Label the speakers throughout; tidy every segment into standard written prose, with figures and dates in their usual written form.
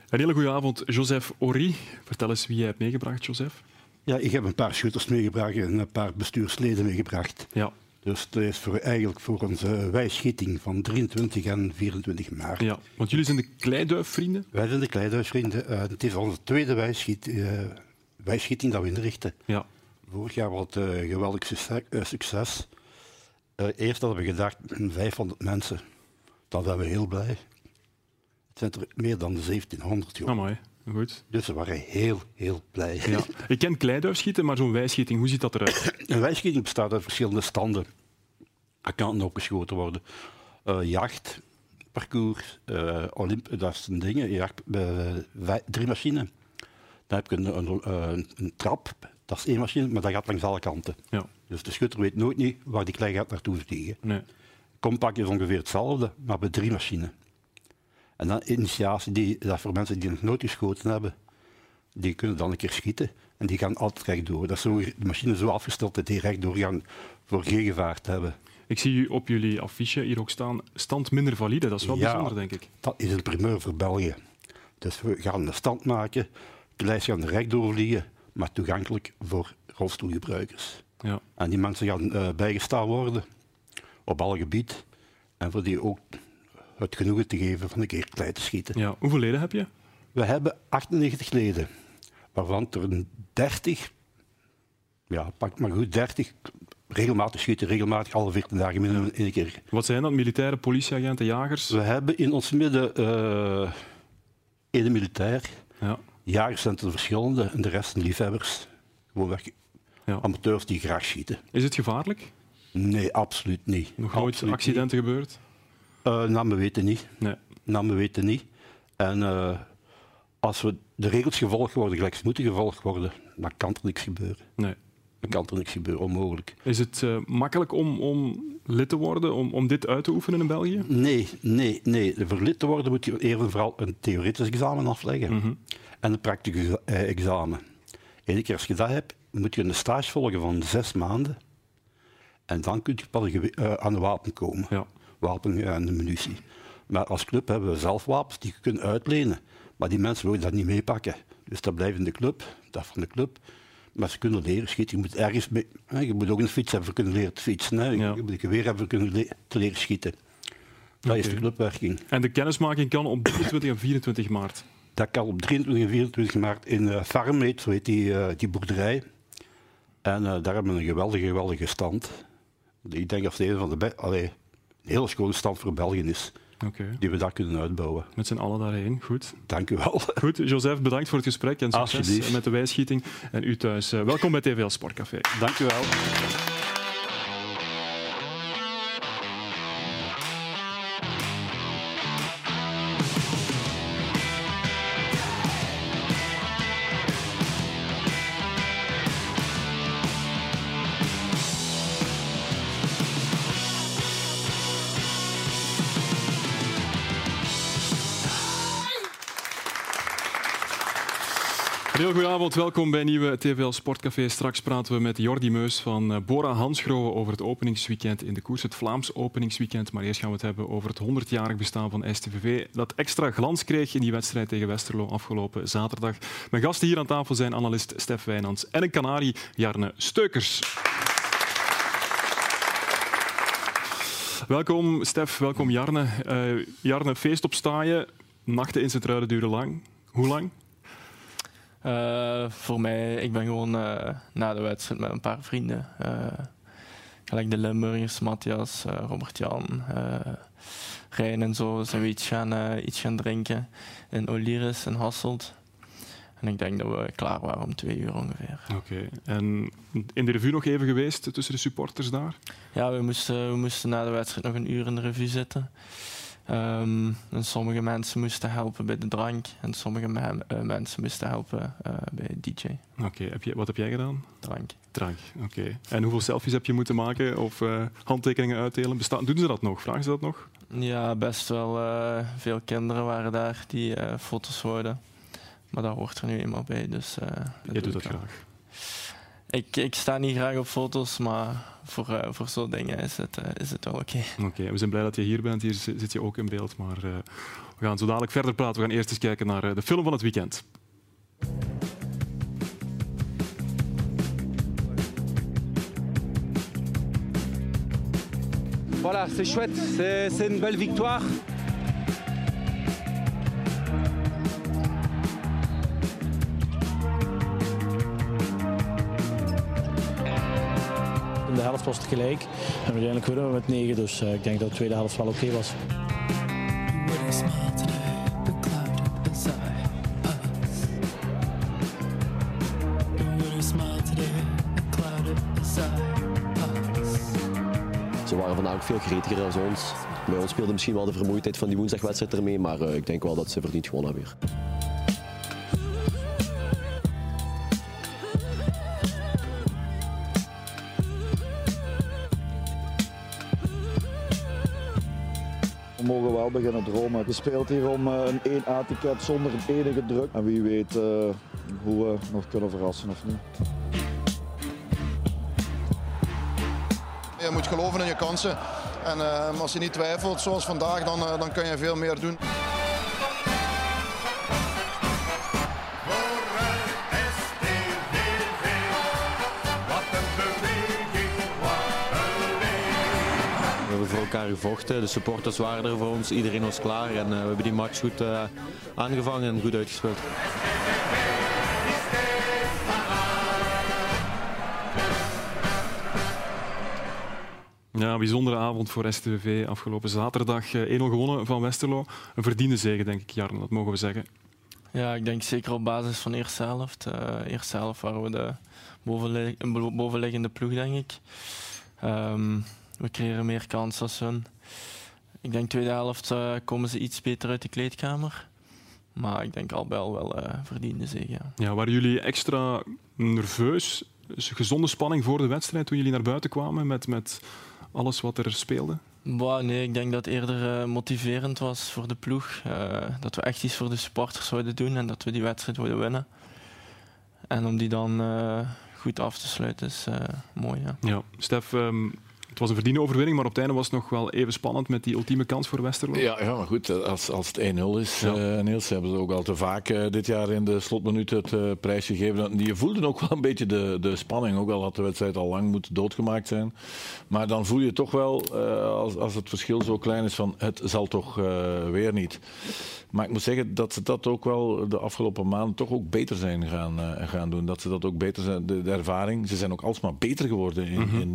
Speaker 1: Een hele goede avond, Joseph Ory. Vertel eens wie jij hebt meegebracht, Joseph.
Speaker 2: Ja, ik heb een paar schutters meegebracht en een paar bestuursleden meegebracht.
Speaker 1: Ja.
Speaker 2: Dus dat is eigenlijk voor onze wijschieting van 23 en 24 maart.
Speaker 1: Ja, want jullie zijn de Kleiduifvrienden?
Speaker 2: Wij zijn de Kleiduifvrienden. Het is onze tweede wijschieting dat we inrichten.
Speaker 1: Ja.
Speaker 2: Vorig jaar was het een geweldig succes. Eerst hadden we gedacht 500 mensen. Dan zijn we heel blij. Het zijn er meer dan 1700. Joh.
Speaker 1: Amai, goed.
Speaker 2: Dus we waren heel, heel blij.
Speaker 1: Ja. Ik ken Kleiduifschieten, maar zo'n wijschieting, hoe ziet dat eruit?
Speaker 2: Een wijschieting bestaat uit verschillende standen. Er kan ook geschoten worden. Jacht, parcours, dat zijn dingen. Jacht, 3 machines. Dan heb je een trap, dat is 1 machine, maar dat gaat langs alle kanten.
Speaker 1: Ja.
Speaker 2: Dus de schutter weet nooit niet waar die klei gaat naartoe vliegen.
Speaker 1: Nee.
Speaker 2: Compact is ongeveer hetzelfde, maar met 3 machines. En dan initiatie, dat voor mensen die nog nooit geschoten hebben, die kunnen dan een keer schieten en die gaan altijd rechtdoor. Dat is zo, de machine zo afgesteld dat die rechtdoor gaan voor geen gevaar te hebben.
Speaker 1: Ik zie op jullie affiche hier ook staan, stand minder valide. Dat is wel bijzonder, denk ik.
Speaker 2: Dat is een primeur voor België. Dus we gaan een stand maken, de lijst gaan rechtdoor vliegen, maar toegankelijk voor rolstoelgebruikers.
Speaker 1: Ja.
Speaker 2: En die mensen gaan bijgestaan worden op alle gebied en voor die ook het genoegen te geven van een keer klei te schieten.
Speaker 1: Ja. Hoeveel leden heb je?
Speaker 2: We hebben 98 leden, waarvan er 30, ja, pak maar goed 30, regelmatig schieten, regelmatig alle 14 dagen minimum 1 keer.
Speaker 1: Wat zijn dat? Militairen, politieagenten, jagers?
Speaker 2: We hebben in ons midden 1 militair,
Speaker 1: Ja.
Speaker 2: jagers zijn er verschillende en de rest zijn liefhebbers. Gewoonweg
Speaker 1: Ja.
Speaker 2: amateurs die graag schieten.
Speaker 1: Is het gevaarlijk?
Speaker 2: Nee, absoluut niet.
Speaker 1: Nog nooit
Speaker 2: Absoluut
Speaker 1: accidenten gebeurd?
Speaker 2: niet. Nou, we weten niet.
Speaker 1: Nee.
Speaker 2: Nou, we weten niet. En als we de regels gevolgd worden, gelijk ze moeten gevolgd worden, dan kan er niks gebeuren.
Speaker 1: Nee.
Speaker 2: Dan kan er niks gebeuren, onmogelijk.
Speaker 1: Is het makkelijk om lid te worden, om dit uit te oefenen in België?
Speaker 2: Nee. Voor lid te worden moet je eerst en vooral een theoretisch examen afleggen en een praktisch examen. Eén keer als je dat hebt, moet je een stage volgen van 6 maanden en dan kun je pas aan de wapen komen.
Speaker 1: Ja.
Speaker 2: Wapen en de munitie. Maar als club hebben we zelf wapens die je kunt uitlenen, maar die mensen willen dat niet meepakken. Dus dat blijft in de club, dat van de club. Maar ze kunnen leren schieten. Je moet ergens mee, je moet ook een fiets hebben voor kunnen leren te fietsen. Hè.
Speaker 1: Ja.
Speaker 2: Je moet een geweer hebben voor kunnen te leren schieten. Dat is de clubwerking.
Speaker 1: En de kennismaking kan op 23 en 24 maart?
Speaker 2: Dat kan op 23 en 24 maart in Farmmeet, zo heet die boerderij. En daar hebben we een geweldige stand. Ik denk dat het een van de een hele schone stand voor België is.
Speaker 1: Okay.
Speaker 2: Die we daar kunnen uitbouwen.
Speaker 1: Met z'n allen daarheen, goed.
Speaker 2: Dank u wel.
Speaker 1: Goed, Joseph, bedankt voor het gesprek en succes met de wijschieting. En u thuis, welkom bij TVL Sportcafé.
Speaker 2: Dank u wel.
Speaker 1: Heel goedenavond, welkom bij nieuwe TVL Sportcafé. Straks praten we met Jordi Meus van Bora Hansgrohe over het openingsweekend in de koers, het Vlaams openingsweekend. Maar eerst gaan we het hebben over het 100-jarig bestaan van STVV, dat extra glans kreeg in die wedstrijd tegen Westerlo afgelopen zaterdag. Mijn gasten hier aan tafel zijn analist Stef Wijnands en een Canarie, Jarne Steukers. Welkom Stef, welkom Jarne. Jarne, feest op Staaien, nachten in Sint-Truiden duren lang. Hoe lang?
Speaker 3: Voor mij, ik ben gewoon na de wedstrijd met een paar vrienden. Gelijk de Limburgers, Matthias, Robert-Jan, Rijn en zo, zijn we iets gaan drinken in Oliris en Hasselt. En ik denk dat we klaar waren om 2 uur ongeveer.
Speaker 1: Oké. En in de revue nog even geweest tussen de supporters daar?
Speaker 3: Ja, we moesten na de wedstrijd nog 1 uur in de revue zitten. En sommige mensen moesten helpen bij de drank en sommige mensen moesten helpen bij DJ.
Speaker 1: Oké, wat heb jij gedaan?
Speaker 3: Drank.
Speaker 1: Oké. En hoeveel selfies heb je moeten maken of handtekeningen uitdelen? Doen ze dat nog? Vragen ze dat nog?
Speaker 3: Ja, best wel. Veel kinderen waren daar die foto's wouden. Maar dat hoort er nu eenmaal bij. Dus,
Speaker 1: jij doet dat graag?
Speaker 3: Ik sta niet graag op foto's, maar voor zo'n dingen is het wel oké.
Speaker 1: Oké, we zijn blij dat je hier bent. Hier zit je ook in beeld. Maar we gaan zo dadelijk verder praten. We gaan eerst eens kijken naar de film van het weekend.
Speaker 4: Voilà, c'est chouette, c'est une belle victoire.
Speaker 5: In de helft was het gelijk en uiteindelijk winnen we met 9, dus ik denk dat de tweede helft wel oké was.
Speaker 6: Ze waren vandaag ook veel gretiger dan ons. Bij ons speelde misschien wel de vermoeidheid van die woensdagwedstrijd ermee, maar ik denk wel dat ze verdiend gewonnen hebben weer.
Speaker 7: We mogen wel beginnen dromen. Je speelt hier om een 1A-ticket zonder enige druk. En wie weet hoe we nog kunnen verrassen of niet.
Speaker 8: Je moet geloven in je kansen. En als je niet twijfelt, zoals vandaag, dan kun je veel meer doen.
Speaker 9: We hebben voor elkaar gevochten, de supporters waren er voor ons, iedereen was klaar en we hebben die match goed aangevangen en goed uitgespeeld.
Speaker 1: Ja, een bijzondere avond voor STVV. Afgelopen zaterdag 1-0 gewonnen van Westerlo. Een verdiende zege, denk ik, Jarno, dat mogen we zeggen.
Speaker 3: Ja, ik denk zeker op basis van de eerste helft. Eerste helft waren we de bovenliggende ploeg, denk ik. We creëren meer kansen als hun. Ik denk tweede helft komen ze iets beter uit de kleedkamer. Maar ik denk al wel verdiende zege. Ja.
Speaker 1: Ja, waren jullie extra nerveus? Gezonde spanning voor de wedstrijd toen jullie naar buiten kwamen met alles wat er speelde?
Speaker 3: Nee, ik denk dat het eerder motiverend was voor de ploeg. Dat we echt iets voor de supporters zouden doen en dat we die wedstrijd wilden winnen. En om die dan goed af te sluiten is mooi. Ja,
Speaker 1: ja, Stef, het was een verdiende overwinning, maar op het einde was het nog wel even spannend met die ultieme kans voor Westerlo.
Speaker 10: Ja, maar goed, als het 1-0 is, Niels, hebben ze ook al te vaak dit jaar in de slotminuut het prijs gegeven. Je voelde ook wel een beetje de spanning, ook al had de wedstrijd al lang moeten doodgemaakt zijn. Maar dan voel je toch wel, als het verschil zo klein is, van het zal toch weer niet. Maar ik moet zeggen dat ze dat ook wel de afgelopen maanden toch ook beter zijn gaan doen. Dat ze dat ook beter zijn, de ervaring. Ze zijn ook alsmaar beter geworden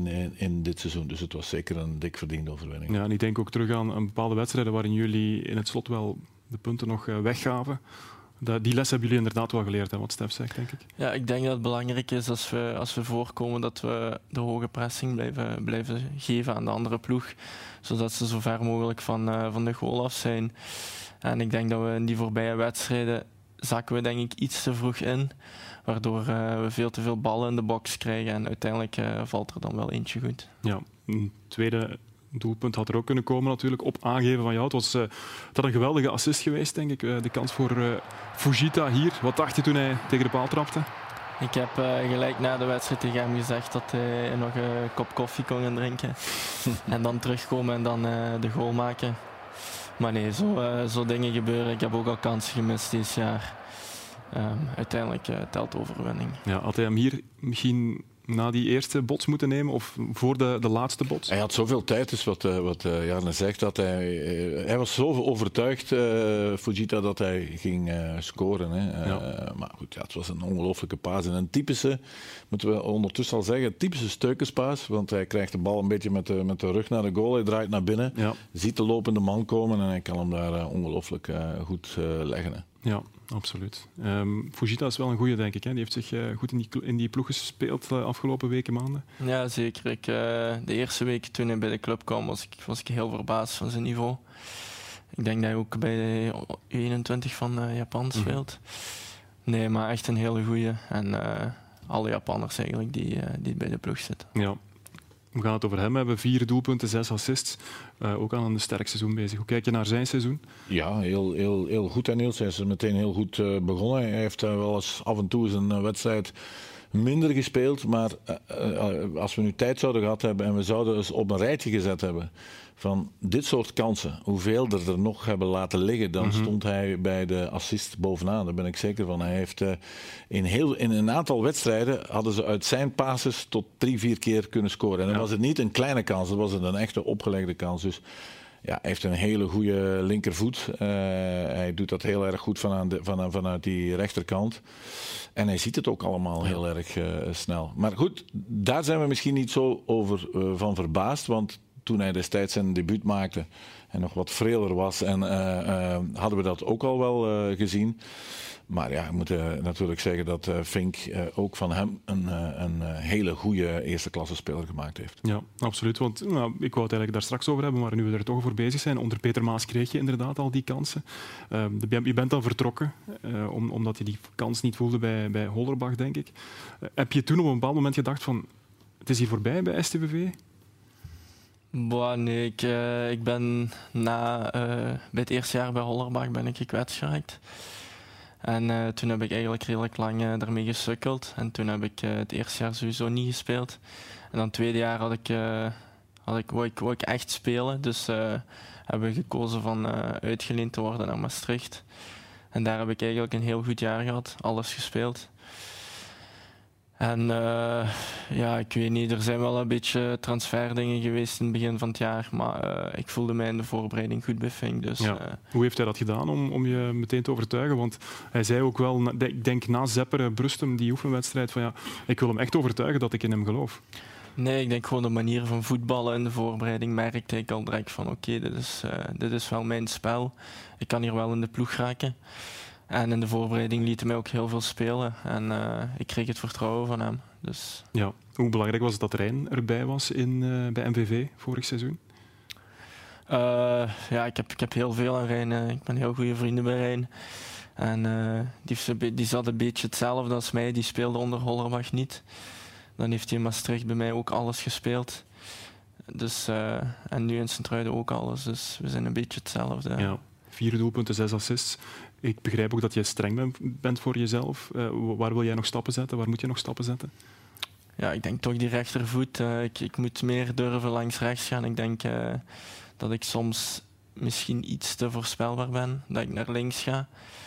Speaker 10: in dit seizoen. Dus het was zeker een dik verdiende overwinning.
Speaker 1: Ja, en ik denk ook terug aan bepaalde wedstrijden waarin jullie in het slot wel de punten nog weggaven. Die les hebben jullie inderdaad wel geleerd, hè, wat Stef zegt, denk ik.
Speaker 3: Ja, ik denk dat het belangrijk is als we voorkomen dat we de hoge pressing blijven geven aan de andere ploeg. Zodat ze zo ver mogelijk van de goal af zijn. En ik denk dat we in die voorbije wedstrijden zakken we denk ik iets te vroeg in. Waardoor we veel te veel ballen in de box krijgen en uiteindelijk valt er dan wel eentje goed.
Speaker 1: Ja, een tweede doelpunt had er ook kunnen komen natuurlijk, op aangeven van jou. Het had een geweldige assist geweest, denk ik. De kans voor Fujita hier. Wat dacht je toen hij tegen de paal trapte?
Speaker 3: Ik heb gelijk na de wedstrijd tegen hem gezegd dat hij nog een kop koffie kon gaan drinken. En dan terugkomen en dan de goal maken. Maar nee, zo dingen gebeuren. Ik heb ook al kansen gemist dit jaar. Uiteindelijk telt de overwinning.
Speaker 1: Ja, had hij hem hier misschien na die eerste bots moeten nemen of voor de laatste bots?
Speaker 10: Hij had zoveel tijd, dus wat Jarne zegt, dat hij was zo overtuigd, Fujita, dat hij ging scoren. Hè.
Speaker 1: Ja.
Speaker 10: Maar goed, het was een ongelooflijke paas. En een typische, moeten we ondertussen al zeggen, typische Steukerspaas, want hij krijgt de bal een beetje met de rug naar de goal, hij draait naar binnen, ziet de lopende man komen en hij kan hem daar ongelooflijk goed leggen. Hè.
Speaker 1: Ja, absoluut. Fujita is wel een goeie, denk ik. Hè? Die heeft zich goed in die ploeg gespeeld de afgelopen weken, maanden.
Speaker 3: Ja, zeker. De eerste week toen hij bij de club kwam, was ik heel verbaasd van zijn niveau. Ik denk dat hij ook bij de 21 van Japan speelt. Nee, maar echt een hele goeie. En alle Japanners eigenlijk die bij de ploeg zitten.
Speaker 1: Ja. We gaan het over hem hebben. 4 doelpunten, 6 assists. Ook aan een sterk seizoen bezig. Hoe kijk je naar zijn seizoen?
Speaker 10: Ja, heel goed. En Niels, hij is er meteen heel goed begonnen. Hij heeft wel eens af en toe eens een wedstrijd minder gespeeld. Maar als we nu tijd zouden gehad hebben en we zouden eens op een rijtje gezet hebben van dit soort kansen, hoeveel er nog hebben laten liggen, dan stond hij bij de assist bovenaan. Daar ben ik zeker van. Hij heeft in een aantal wedstrijden hadden ze uit zijn passes tot 3-4 keer kunnen scoren. En dan was het niet een kleine kans, dan was het een echte opgelegde kans. Dus ja, hij heeft een hele goede linkervoet. Hij doet dat heel erg goed vanuit die rechterkant. En hij ziet het ook allemaal heel erg snel. Maar goed, daar zijn we misschien niet zo over van verbaasd, want toen hij destijds zijn debuut maakte en nog wat vreler was, en hadden we dat ook al wel gezien. Maar ja, we moeten natuurlijk zeggen dat Fink ook van hem een hele goede eerste klasse speler gemaakt heeft. Ja,
Speaker 1: absoluut. Want ik wou het eigenlijk daar straks over hebben, maar nu we er toch over bezig zijn, onder Peter Maas kreeg je inderdaad al die kansen. Je bent dan vertrokken, omdat je die kans niet voelde bij Hollerbach, denk ik. Heb je toen op een bepaald moment gedacht van, het is hier voorbij bij STVV?
Speaker 3: Nee, ik ben bij het eerste jaar bij Hollerbach ben ik gekwetst geraakt. En toen heb ik eigenlijk redelijk lang daarmee gesukkeld. En toen heb ik het eerste jaar sowieso niet gespeeld. En dan het tweede jaar wou ik echt spelen. Dus hebben we gekozen van uitgeleend te worden naar Maastricht. En daar heb ik eigenlijk een heel goed jaar gehad. Alles gespeeld. En ik weet niet, er zijn wel een beetje transferdingen geweest in het begin van het jaar, maar ik voelde mij in de voorbereiding goed bij Fink. Dus,
Speaker 1: Hoe heeft hij dat gedaan om je meteen te overtuigen? Want hij zei ook wel, ik denk na Zepperen, Brustem, die oefenwedstrijd, van ik wil hem echt overtuigen dat ik in hem geloof.
Speaker 3: Nee, ik denk gewoon de manier van voetballen in de voorbereiding merkte ik al direct van oké, dit is wel mijn spel. Ik kan hier wel in de ploeg raken. En in de voorbereiding liet hij mij ook heel veel spelen. En ik kreeg het vertrouwen van hem. Dus.
Speaker 1: Ja. Hoe belangrijk was het dat Rijn erbij was bij MVV vorig seizoen?
Speaker 3: Ik heb heel veel aan Rijn. Ik ben heel goede vrienden bij Rijn. En die zat een beetje hetzelfde als mij. Die speelde onder Hollerbach niet. Dan heeft hij in Maastricht bij mij ook alles gespeeld. Dus, en nu in Sint-Truiden ook alles. Dus we zijn een beetje hetzelfde.
Speaker 1: Ja. 4 doelpunten, 6 assists. Ik begrijp ook dat je streng bent voor jezelf. Waar wil jij nog stappen zetten? Waar moet je nog stappen zetten?
Speaker 3: Ja, ik denk toch die rechtervoet. Ik moet meer durven langs rechts gaan. Ik denk dat ik soms misschien iets te voorspelbaar ben. Dat ik naar links ga.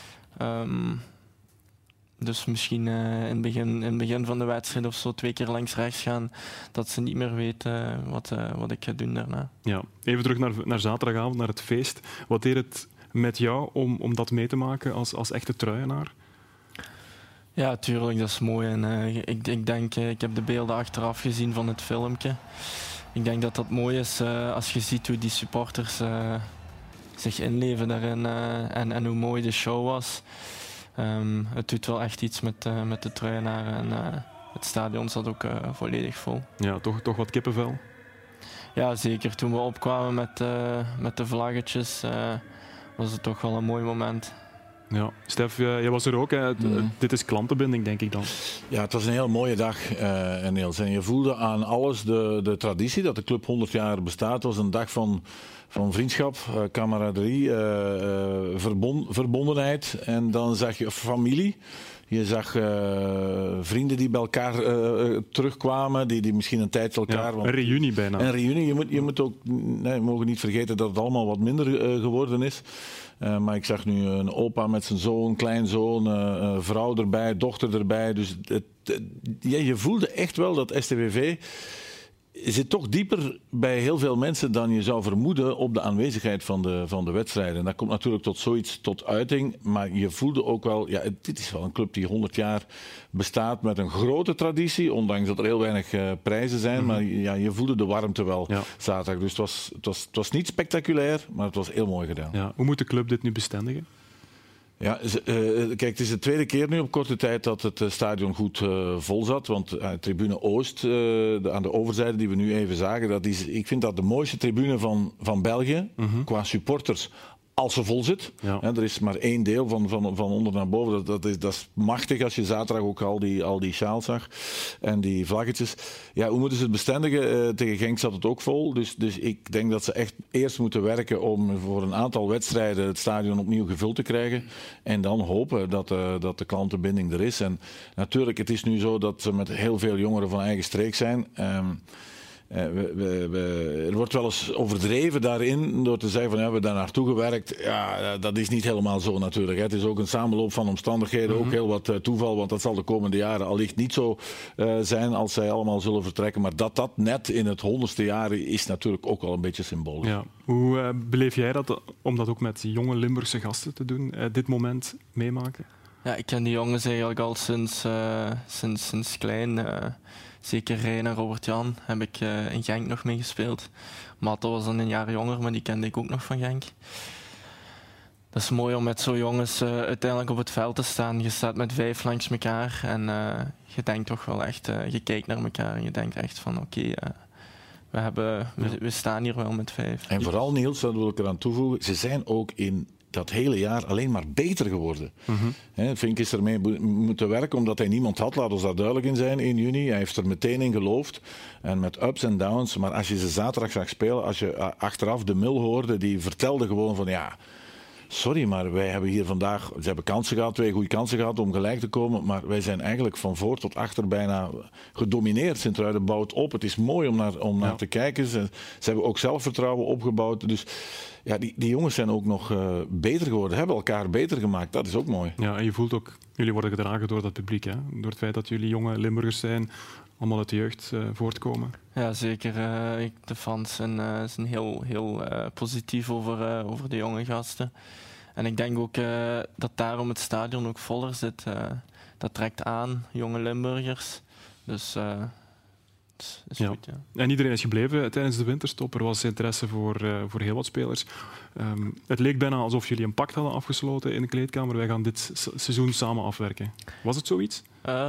Speaker 3: Dus misschien in het begin van de wedstrijd of zo 2 keer langs rechts gaan. Dat ze niet meer weten wat ik ga doen daarna. Ja.
Speaker 1: Even terug naar zaterdagavond, naar het feest. Wat deed het met jou om dat mee te maken als echte truienaar?
Speaker 3: Ja, tuurlijk, dat is mooi. En ik denk, ik heb de beelden achteraf gezien van het filmpje. Ik denk dat dat mooi is als je ziet hoe die supporters zich inleven daarin en hoe mooi de show was. Het doet wel echt iets met de truienaren en het stadion zat ook volledig vol.
Speaker 1: Ja, toch wat kippenvel?
Speaker 3: Ja, zeker. Toen we opkwamen met de vlaggetjes was het toch wel een mooi moment.
Speaker 1: Ja, Stef, jij was er ook. Hè? Dit is klantenbinding, denk ik dan.
Speaker 10: Ja, het was een heel mooie dag, Niels. En je voelde aan alles de traditie dat de club 100 jaar bestaat. Het was een dag van vriendschap, camaraderie, verbondenheid. En dan zag je familie. Je zag vrienden die bij elkaar terugkwamen, die misschien een tijdje elkaar...
Speaker 1: Ja, een reunie bijna.
Speaker 10: Een reunie. Je moet ook, we mogen niet vergeten dat het allemaal wat minder geworden is. Maar ik zag nu een opa met zijn zoon, kleinzoon, vrouw erbij, dochter erbij. Dus je voelde echt wel dat STVV zit toch dieper bij heel veel mensen dan je zou vermoeden op de aanwezigheid van de wedstrijden. En dat komt natuurlijk tot zoiets tot uiting, maar je voelde ook wel, ja, dit is wel een club die 100 jaar bestaat met een grote traditie, ondanks dat er heel weinig prijzen zijn, maar ja, je voelde de warmte wel zaterdag. Dus het was niet spectaculair, maar het was heel mooi gedaan.
Speaker 1: Ja, hoe moet de club dit nu bestendigen?
Speaker 10: Ja, kijk, het is de tweede keer nu op korte tijd dat het stadion goed vol zat. Want tribune Oost, aan de overzijde die we nu even zagen, ik vind dat de mooiste tribune van België, qua supporters Als ze vol zit.
Speaker 1: Ja.
Speaker 10: Er is maar één deel van onder naar boven. Dat is machtig als je zaterdag ook al die sjaals zag. En die vlaggetjes. Ja, hoe moeten ze het bestendigen? Tegen Genk zat het ook vol. Dus ik denk dat ze echt eerst moeten werken om voor een aantal wedstrijden het stadion opnieuw gevuld te krijgen. En dan hopen dat de klantenbinding er is. En natuurlijk, het is nu zo dat ze met heel veel jongeren van eigen streek zijn. Er wordt wel eens overdreven daarin door te zeggen van ja, we hebben daar naartoe gewerkt. Ja, dat is niet helemaal zo natuurlijk. Het is ook een samenloop van omstandigheden, ook heel wat toeval, want dat zal de komende jaren allicht niet zo zijn als zij allemaal zullen vertrekken. Maar dat net in het 100ste jaar is natuurlijk ook wel een beetje symbolisch. Ja.
Speaker 1: Hoe beleef jij dat, om dat ook met jonge Limburgse gasten te doen, dit moment meemaken?
Speaker 3: Ja, ik ken die jongens eigenlijk al sinds klein. Zeker Rijn en Robert-Jan heb ik in Genk nog mee gespeeld. Matto was dan een jaar jonger, maar die kende ik ook nog van Genk. Dat is mooi om met zo'n jongens uiteindelijk op het veld te staan. Je staat met 5 langs elkaar en je denkt toch wel echt, je kijkt naar elkaar en je denkt echt van oké, we staan hier wel met 5.
Speaker 10: En vooral Niels, dat wil ik eraan toevoegen, ze zijn ook in dat hele jaar alleen maar beter geworden. Fink is ermee moeten werken omdat hij niemand had, laat ons daar duidelijk in zijn, in juni. Hij heeft er meteen in geloofd en met ups en downs. Maar als je ze zaterdag zag spelen, als je achteraf de Mil hoorde, die vertelde gewoon van ja, sorry, maar wij hebben hier vandaag, ze hebben kansen gehad, 2 goede kansen gehad om gelijk te komen, maar wij zijn eigenlijk van voor tot achter bijna gedomineerd. Sint-Truiden bouwt op. Het is mooi om naar te kijken. Ze hebben ook zelfvertrouwen opgebouwd. Dus ja, die jongens zijn ook nog beter geworden, hebben elkaar beter gemaakt. Dat is ook mooi.
Speaker 1: Ja, en je voelt ook, jullie worden gedragen door dat publiek, hè? Door het feit dat jullie jonge Limburgers zijn, allemaal uit de jeugd voortkomen.
Speaker 3: Ja, zeker. De fans zijn heel positief over de jonge gasten. En ik denk ook dat daarom het stadion ook voller zit. Dat trekt aan, jonge Limburgers. Dus het is goed, ja.
Speaker 1: En iedereen is gebleven tijdens de winterstop. Er was interesse voor heel wat spelers. Het leek bijna alsof jullie een pact hadden afgesloten in de kleedkamer. Wij gaan dit seizoen samen afwerken. Was het zoiets?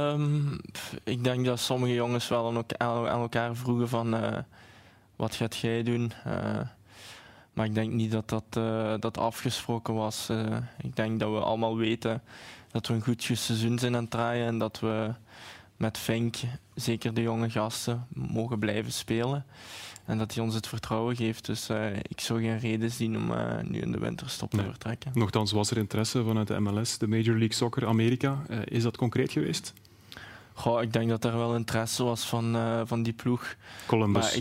Speaker 3: Ik denk dat sommige jongens wel aan elkaar vroegen van wat gaat jij doen? Maar ik denk niet dat afgesproken was. Ik denk dat we allemaal weten dat we een goed seizoen zijn aan het draaien en dat we met Fink, zeker de jonge gasten, mogen blijven spelen. En dat hij ons het vertrouwen geeft. Dus ik zou geen reden zien om nu in de winterstop te vertrekken.
Speaker 1: Nochtans was er interesse vanuit de MLS, de Major League Soccer Amerika. Is dat concreet geweest?
Speaker 3: Goh, ik denk dat er wel interesse was van die ploeg.
Speaker 1: Columbus.
Speaker 3: Maar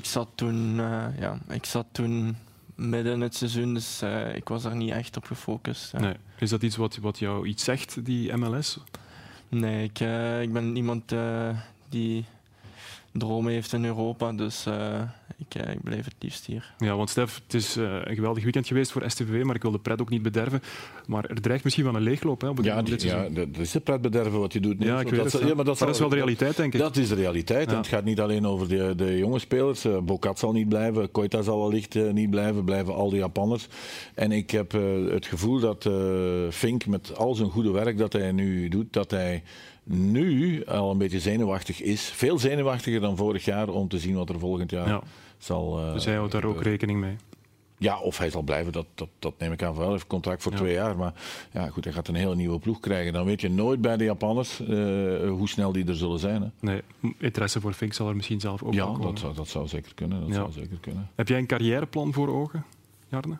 Speaker 3: ik zat toen midden in het seizoen, dus ik was daar niet echt op gefocust. Ja.
Speaker 1: Nee. Is dat iets wat jou iets zegt, die MLS?
Speaker 3: Nee, ik ben iemand die dromen heeft in Europa, dus ik blijf het liefst hier.
Speaker 1: Ja, want Stef, het is een geweldig weekend geweest voor STVV, maar ik wil de pret ook niet bederven. Maar er dreigt misschien wel een leegloop hè, op dit seizoen.
Speaker 10: Dat is de pret bederven wat je doet.
Speaker 1: Ja, ik weet het. Maar dat is wel de realiteit, denk ik.
Speaker 10: Dat is de realiteit. Ja. En het gaat niet alleen over de jonge spelers. Bokat zal niet blijven, Koita zal allicht niet blijven al die Japanners. En ik heb het gevoel dat Fink met al zijn goede werk dat hij nu doet, dat hij nu al een beetje zenuwachtig is. Veel zenuwachtiger dan vorig jaar om te zien wat er volgend jaar zal...
Speaker 1: dus hij houdt daar ook rekening mee?
Speaker 10: Ja, of hij zal blijven, dat neem ik aan van wel. Hij heeft contract voor 2 jaar. Maar ja, goed, hij gaat een hele nieuwe ploeg krijgen. Dan weet je nooit bij de Japanners hoe snel die er zullen zijn. Hè.
Speaker 1: Nee, interesse voor Fink zal er misschien zelf ook wel komen.
Speaker 10: Ja, dat zou zeker kunnen. Zou zeker kunnen.
Speaker 1: Heb jij een carrièreplan voor ogen, Jarne?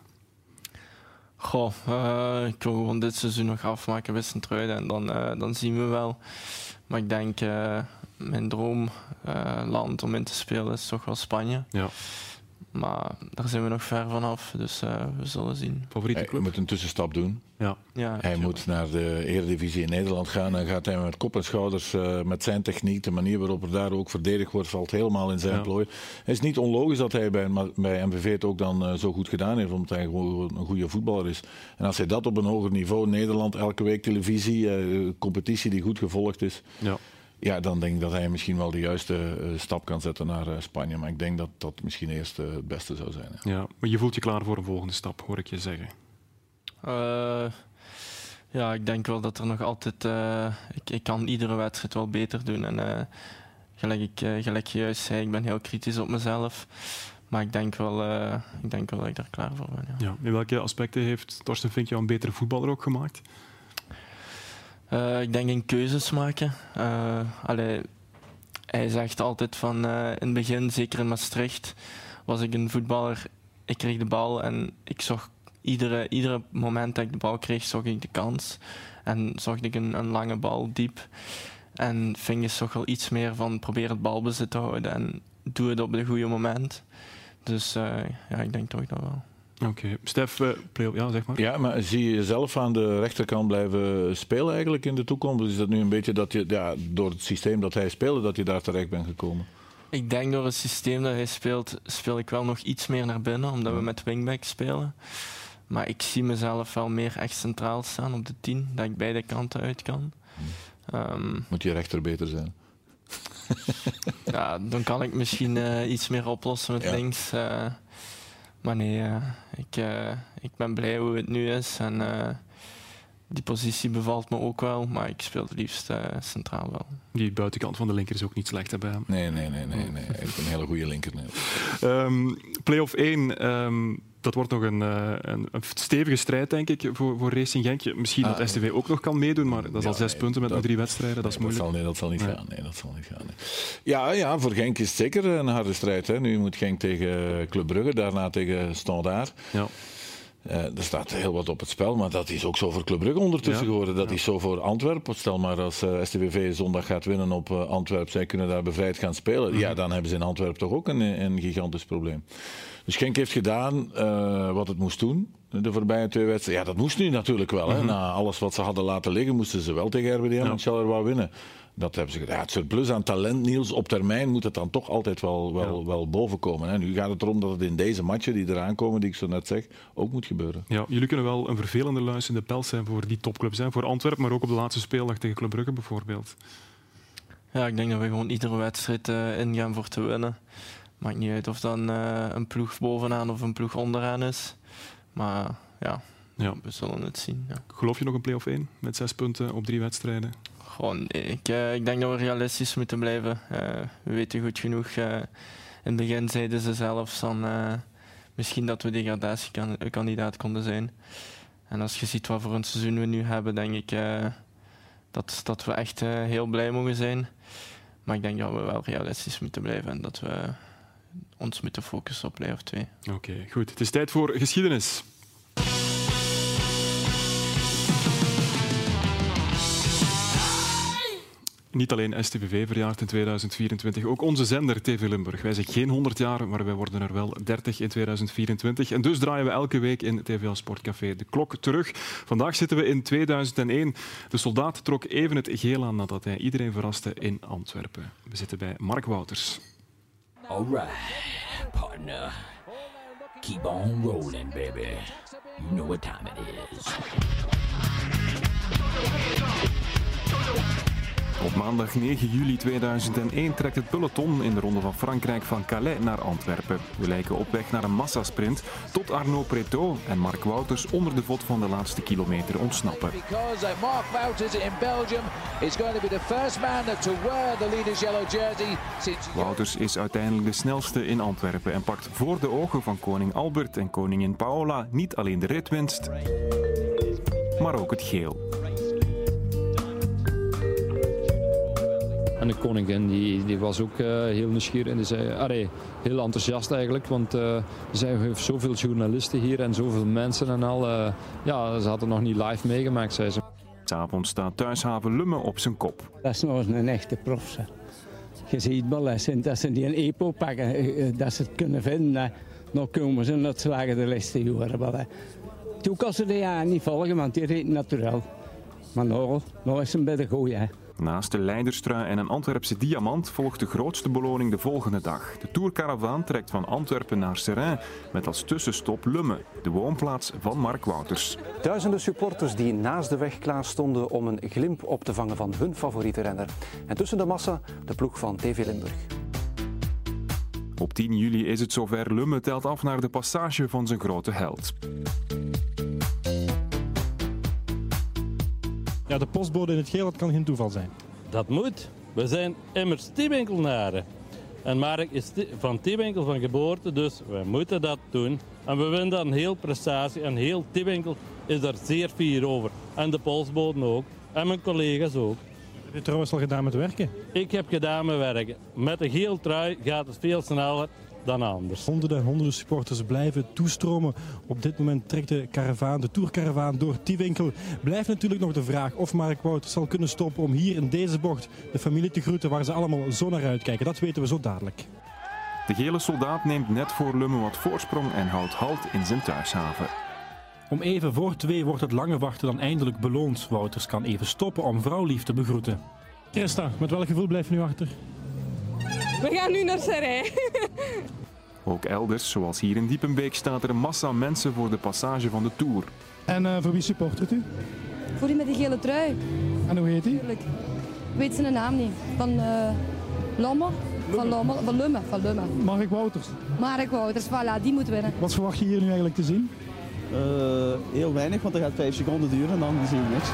Speaker 3: Goh, ik wil gewoon dit seizoen nog afmaken bij Sint-Truiden en dan zien we wel. Maar ik denk, mijn droomland om in te spelen is toch wel Spanje.
Speaker 1: Ja.
Speaker 3: Maar daar zijn we nog ver vanaf, dus we zullen zien.
Speaker 1: Favoriete club?
Speaker 10: Hij moet een tussenstap doen.
Speaker 3: Ja,
Speaker 10: hij moet naar de Eredivisie in Nederland gaan. Dan gaat hij met kop en schouders, met zijn techniek, de manier waarop er daar ook verdedigd wordt, valt helemaal in zijn plooi. Het is niet onlogisch dat hij bij MVV het ook dan zo goed gedaan heeft, omdat hij gewoon een goede voetballer is. En als hij dat op een hoger niveau, Nederland, elke week televisie, competitie die goed gevolgd is... Ja, dan denk ik dat hij misschien wel de juiste stap kan zetten naar Spanje. Maar ik denk dat dat misschien eerst het beste zou zijn. Hè.
Speaker 1: Ja, maar je voelt je klaar voor een volgende stap, hoor ik je zeggen.
Speaker 3: Ja, ik denk wel dat er nog altijd... Ik kan iedere wedstrijd wel beter doen. En gelijk je juist zei, ik ben heel kritisch op mezelf. Maar ik denk wel dat ik daar klaar voor ben. Ja.
Speaker 1: Ja, in welke aspecten heeft Torsten Fink jou een betere voetballer ook gemaakt?
Speaker 3: Ik denk in keuzes maken. Hij zegt altijd van in het begin, zeker in Maastricht, was ik een voetballer. Ik kreeg de bal en ik zocht iedere moment dat ik de bal kreeg, zocht ik de kans. En zocht ik een lange bal diep. En Fink is toch wel iets meer van probeer het balbezit te houden en doe het op het goede moment. Dus ik denk toch dat wel.
Speaker 1: Oké. Stef, zeg maar.
Speaker 10: Ja, maar zie je jezelf aan de rechterkant blijven spelen eigenlijk in de toekomst? Is dat nu een beetje dat je, door het systeem dat hij speelde, dat je daar terecht bent gekomen?
Speaker 3: Ik denk door het systeem dat hij speelt, speel ik wel nog iets meer naar binnen, omdat we met wingback spelen. Maar ik zie mezelf wel meer echt centraal staan op de 10, dat ik beide kanten uit kan.
Speaker 10: Moet je rechter beter zijn?
Speaker 3: Ja, dan kan ik misschien iets meer oplossen met links. Maar nee, ik ben blij hoe het nu is. En die positie bevalt me ook wel, maar ik speel het liefst centraal wel.
Speaker 1: Die buitenkant van de linker is ook niet slecht bij hem.
Speaker 10: Nee. Hij heeft een hele goede linker.
Speaker 1: Play-off 1, dat wordt nog een stevige strijd, denk ik, voor Racing Genk. Misschien dat STV ook nog kan meedoen, maar dat is al 6 punten met nog 3 wedstrijden. Dat is moeilijk.
Speaker 10: Dat zal niet gaan. Nee, dat zal niet gaan. Nee. Ja, voor Genk is het zeker een harde strijd. Hè. Nu moet Genk tegen Club Brugge, daarna tegen Standaard. Ja. Er staat heel wat op het spel, maar dat is ook zo voor Club Brugge ondertussen geworden. Dat is zo voor Antwerpen. Stel maar als STVV zondag gaat winnen op Antwerpen, zij kunnen daar bevrijd gaan spelen. Ja, dan hebben ze in Antwerpen toch ook een gigantisch probleem. Dus Genk heeft gedaan wat het moest doen de voorbije 2 wedstrijden. Ja, dat moest nu natuurlijk wel. Hè. Na alles wat ze hadden laten liggen, moesten ze wel tegen RWDM en Charleroi winnen. Dat hebben ze gedaan. Het surplus aan talent, Niels, op termijn moet het dan toch altijd wel boven komen. Hè. Nu gaat het erom dat het in deze matchen die eraan komen, die ik zo net zeg, ook moet gebeuren. Ja,
Speaker 1: jullie kunnen wel een vervelende luis in de pels zijn voor die topclubs. Hè. Voor Antwerpen, maar ook op de laatste speeldag tegen Club Brugge bijvoorbeeld.
Speaker 3: Ja, ik denk dat we gewoon iedere wedstrijd ingaan voor te winnen. Maakt niet uit of dan een ploeg bovenaan of een ploeg onderaan is. Maar we zullen het zien. Ja.
Speaker 1: Geloof je nog een play-off 1 met 6 punten op 3 wedstrijden?
Speaker 3: Gewoon, ik denk dat we realistisch moeten blijven. We weten goed genoeg. In het begin zeiden ze zelfs dan misschien dat we degradatiekandidaat konden zijn. En als je ziet wat voor een seizoen we nu hebben, denk ik dat we echt heel blij mogen zijn. Maar ik denk dat we wel realistisch moeten blijven en dat we ons moeten focussen op play-off 2.
Speaker 1: Oké, goed. Het is tijd voor geschiedenis. Niet alleen STVV verjaart in 2024, ook onze zender TV Limburg. Wij zijn geen 100 jaar, maar wij worden er wel 30 in 2024. En dus draaien we elke week in TVL Sportcafé de klok terug. Vandaag zitten we in 2001. De soldaat trok even het geel aan nadat hij iedereen verraste in Antwerpen. We zitten bij Mark Wouters.
Speaker 11: All right, partner. Keep on rolling, baby. You know what time it is.
Speaker 1: Op maandag 9 juli 2001 trekt het peloton in de Ronde van Frankrijk van Calais naar Antwerpen. We lijken op weg naar een massasprint tot Arnaud Prétot en Mark Wouters onder de vod van de laatste kilometer ontsnappen.
Speaker 12: Mark Wouters in Belgium is going to be the first man to wear the leader's yellow jersey.
Speaker 1: Wouters is uiteindelijk de snelste in Antwerpen en pakt voor de ogen van koning Albert en koningin Paola niet alleen de ritwinst, maar ook het geel.
Speaker 13: En de koningin die was ook heel nieuwsgierig en die zei, heel enthousiast eigenlijk, want zij heeft zoveel journalisten hier en zoveel mensen en al. Ze hadden nog niet live meegemaakt, zei ze.
Speaker 1: 'S'avonds staat thuishaven Lumme op zijn kop.
Speaker 14: Dat is nog eens een echte prof. Je ziet wel dat ze die een EPO pakken, dat ze het kunnen vinden. Dan komen ze en dat slagen de laatste jaren wel. Toen kon ze de niet volgen, want die reed natuurlijk. Maar nou is hem bij de goeie.
Speaker 1: Naast de Leiderstrui en een Antwerpse diamant volgt de grootste beloning de volgende dag. De Tourcaravaan trekt van Antwerpen naar Seraing met als tussenstop Lumme, de woonplaats van Mark Wouters.
Speaker 15: Duizenden supporters die naast de weg klaar stonden om een glimp op te vangen van hun favoriete renner. En tussen de massa de ploeg van TV Limburg.
Speaker 1: Op 10 juli is het zover. Lumme telt af naar de passage van zijn grote held.
Speaker 16: Ja, de postbode in het geel, dat kan geen toeval zijn.
Speaker 17: Dat moet. We zijn immers teamwinkelnaren.
Speaker 16: En Mark is van Tiewinkel van geboorte, dus wij moeten dat doen. En we winnen dan een heel prestatie en heel Tiewinkel is daar zeer fier over. En de Polsboden ook. En mijn collega's ook.
Speaker 17: Heb je trouwens al gedaan met werken?
Speaker 16: Ik heb gedaan met werken. Met een geel trui gaat het veel sneller dan anders.
Speaker 17: Honderden supporters blijven toestromen. Op dit moment trekt de tourcaravaan door Tiewinkel. Blijft natuurlijk nog de vraag of Mark Wouters zal kunnen stoppen om hier in deze bocht de familie te groeten waar ze allemaal zo naar uitkijken. Dat weten we zo dadelijk.
Speaker 1: De gele soldaat neemt net voor Lummen wat voorsprong en houdt halt in zijn thuishaven.
Speaker 17: Om even voor 2 wordt het lange wachten dan eindelijk beloond. Wouters kan even stoppen om vrouwlief te begroeten. Christa, met welk gevoel blijf je nu achter?
Speaker 18: We gaan nu naar Serij.
Speaker 1: Ook elders, zoals hier in Diepenbeek, staat er een massa mensen voor de passage van de Tour.
Speaker 17: En voor wie supportert u?
Speaker 18: Voor die met die gele trui.
Speaker 17: En hoe heet hij?
Speaker 18: Ik weet zijn naam niet. Van Lommel? Van Lummen.
Speaker 17: Mark Wouters.
Speaker 18: Mark Wouters, voilà, die moet winnen.
Speaker 17: Wat verwacht je hier nu eigenlijk te zien?
Speaker 19: Heel weinig, want dat gaat 5 seconden duren en dan zien we niks.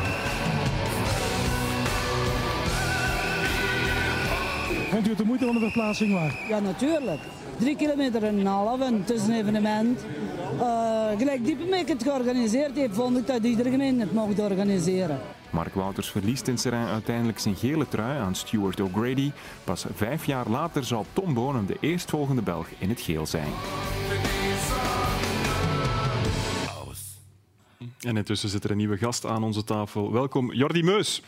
Speaker 17: Vindt u het de moeite van de verplaatsing waard?
Speaker 20: Ja, natuurlijk. 3,5 kilometer en het is een evenement. Gelijk Diepenbeek het georganiseerd heeft, vond ik dat iedere gemeente het mocht organiseren.
Speaker 1: Mark Wouters verliest in Serijn uiteindelijk zijn gele trui aan Stuart O'Grady. Pas 5 jaar later zal Tom Bonum de eerstvolgende Belg in het geel zijn. En intussen zit er een nieuwe gast aan onze tafel. Welkom, Jordi Meus.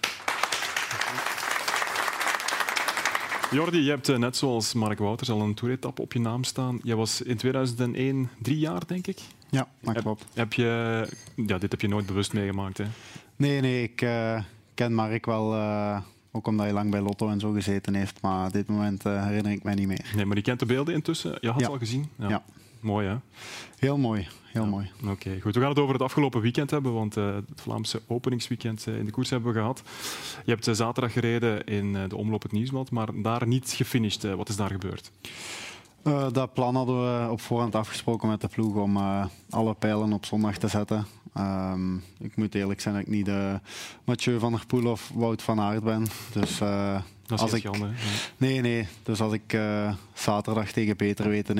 Speaker 1: Jordi, je hebt net zoals Mark Wouters al een toeretappe op je naam staan. Jij was in 2001 3 jaar, denk ik?
Speaker 21: Ja, dat klopt.
Speaker 1: Dit heb je nooit bewust meegemaakt, hè?
Speaker 21: Nee, ik ken Mark wel, ook omdat hij lang bij Lotto en zo gezeten heeft. Maar op dit moment herinner ik mij niet meer.
Speaker 1: Nee, maar je kent de beelden intussen? Je had ze al gezien? Ja. Mooi, hè?
Speaker 21: Heel mooi. Mooi.
Speaker 1: Oké, goed. We gaan het over het afgelopen weekend hebben, want het Vlaamse openingsweekend in de koers hebben we gehad. Je hebt zaterdag gereden in de omloop het Nieuwsblad, maar daar niet gefinished. Wat is daar gebeurd?
Speaker 21: Dat plan hadden we op voorhand afgesproken met de ploeg om alle pijlen op zondag te zetten. Ik moet eerlijk zijn dat ik niet Mathieu van der Poel of Wout van Aert ben. Dus,
Speaker 1: dat is geen schande, hè?
Speaker 21: Nee. Dus als ik zaterdag tegen beter weten